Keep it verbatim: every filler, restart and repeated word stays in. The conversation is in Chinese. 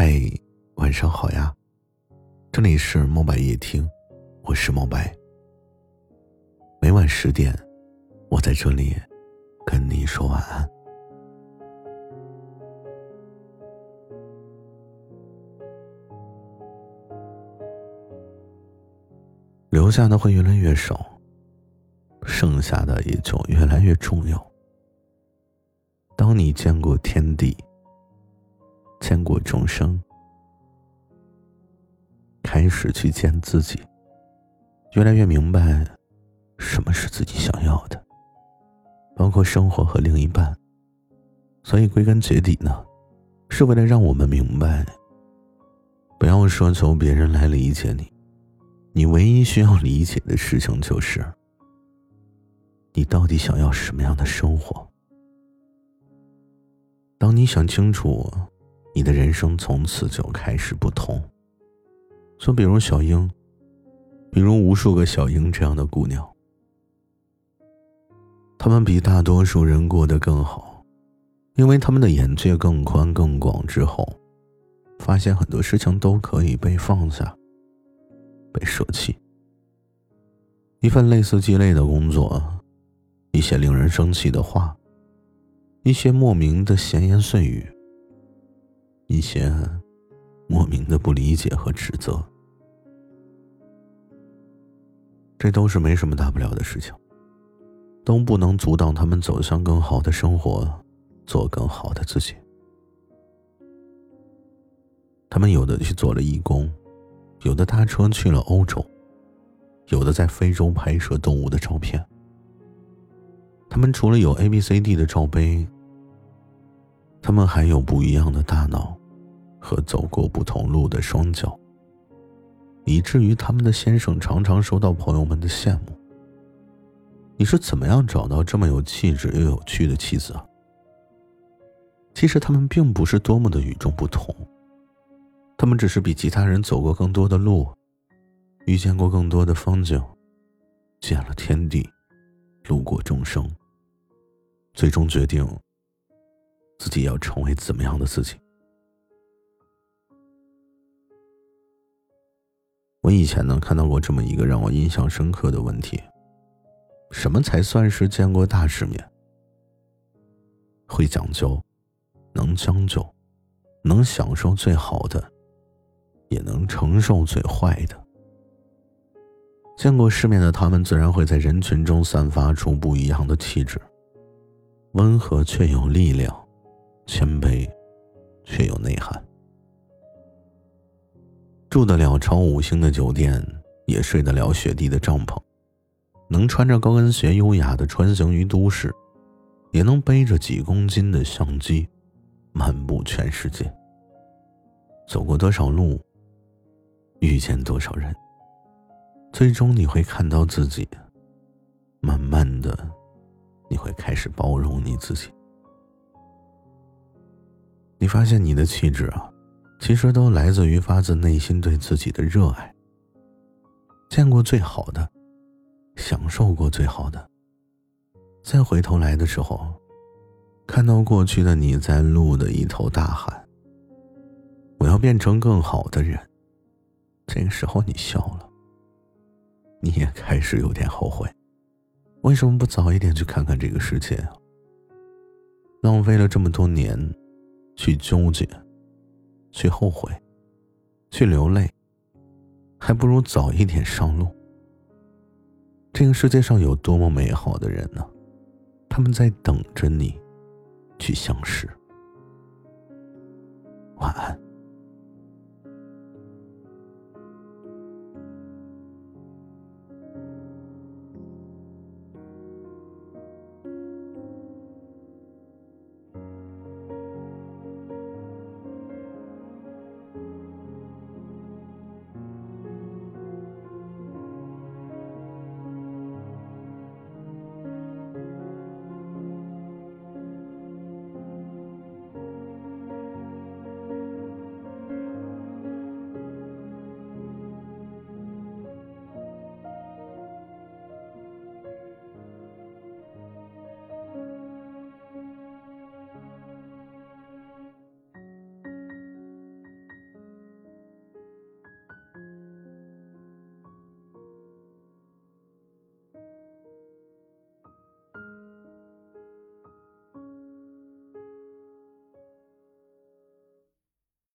嗨，晚上好呀，这里是墨白夜听，我是墨白。每晚十点，我在这里跟你说晚安。留下的会越来越少，剩下的也就越来越重要。当你见过天地，见过众生，开始去见自己，越来越明白什么是自己想要的，包括生活和另一半。所以归根结底呢，是为了让我们明白，不要奢求别人来理解你，你唯一需要理解的事情就是你到底想要什么样的生活。当你想清楚，你的人生从此就开始不同。就比如小英，比如无数个小英这样的姑娘，她们比大多数人过得更好，因为她们的眼界更宽更广之后，发现很多事情都可以被放下，被舍弃。一份类似鸡肋的工作，一些令人生气的话，一些莫名的闲言碎语，一些莫名的不理解和指责，这都是没什么大不了的事情，都不能阻挡他们走向更好的生活，做更好的自己。他们有的去做了义工，有的搭车去了欧洲，有的在非洲拍摄动物的照片。他们除了有 A B C D 的罩杯，他们还有不一样的大脑和走过不同路的双脚，以至于他们的先生常常受到朋友们的羡慕。你是怎么样找到这么有气质又有趣的妻子啊？其实他们并不是多么的与众不同，他们只是比其他人走过更多的路，遇见过更多的风景，见了天地，路过众生，最终决定自己要成为怎么样的自己。我以前呢看到过这么一个让我印象深刻的问题：什么才算是见过大世面？会讲究，能将就，能享受最好的，也能承受最坏的。见过世面的他们自然会在人群中散发出不一样的气质，温和却有力量，谦卑却有内涵。住得了超五星的酒店，也睡得了雪地的帐篷，能穿着高跟鞋优雅地穿行于都市，也能背着几公斤的相机漫步全世界。走过多少路，遇见多少人，最终你会看到自己，慢慢的你会开始包容你自己。你发现你的气质啊，其实都来自于发自内心对自己的热爱。见过最好的，享受过最好的，再回头来的时候，看到过去的你在路的一头大喊，我要变成更好的人。这个时候你笑了，你也开始有点后悔，为什么不早一点去看看这个世界啊？浪费了这么多年去纠结，去后悔，去流泪，还不如早一点上路。这个世界上有多么美好的人呢？他们在等着你去相识。晚安。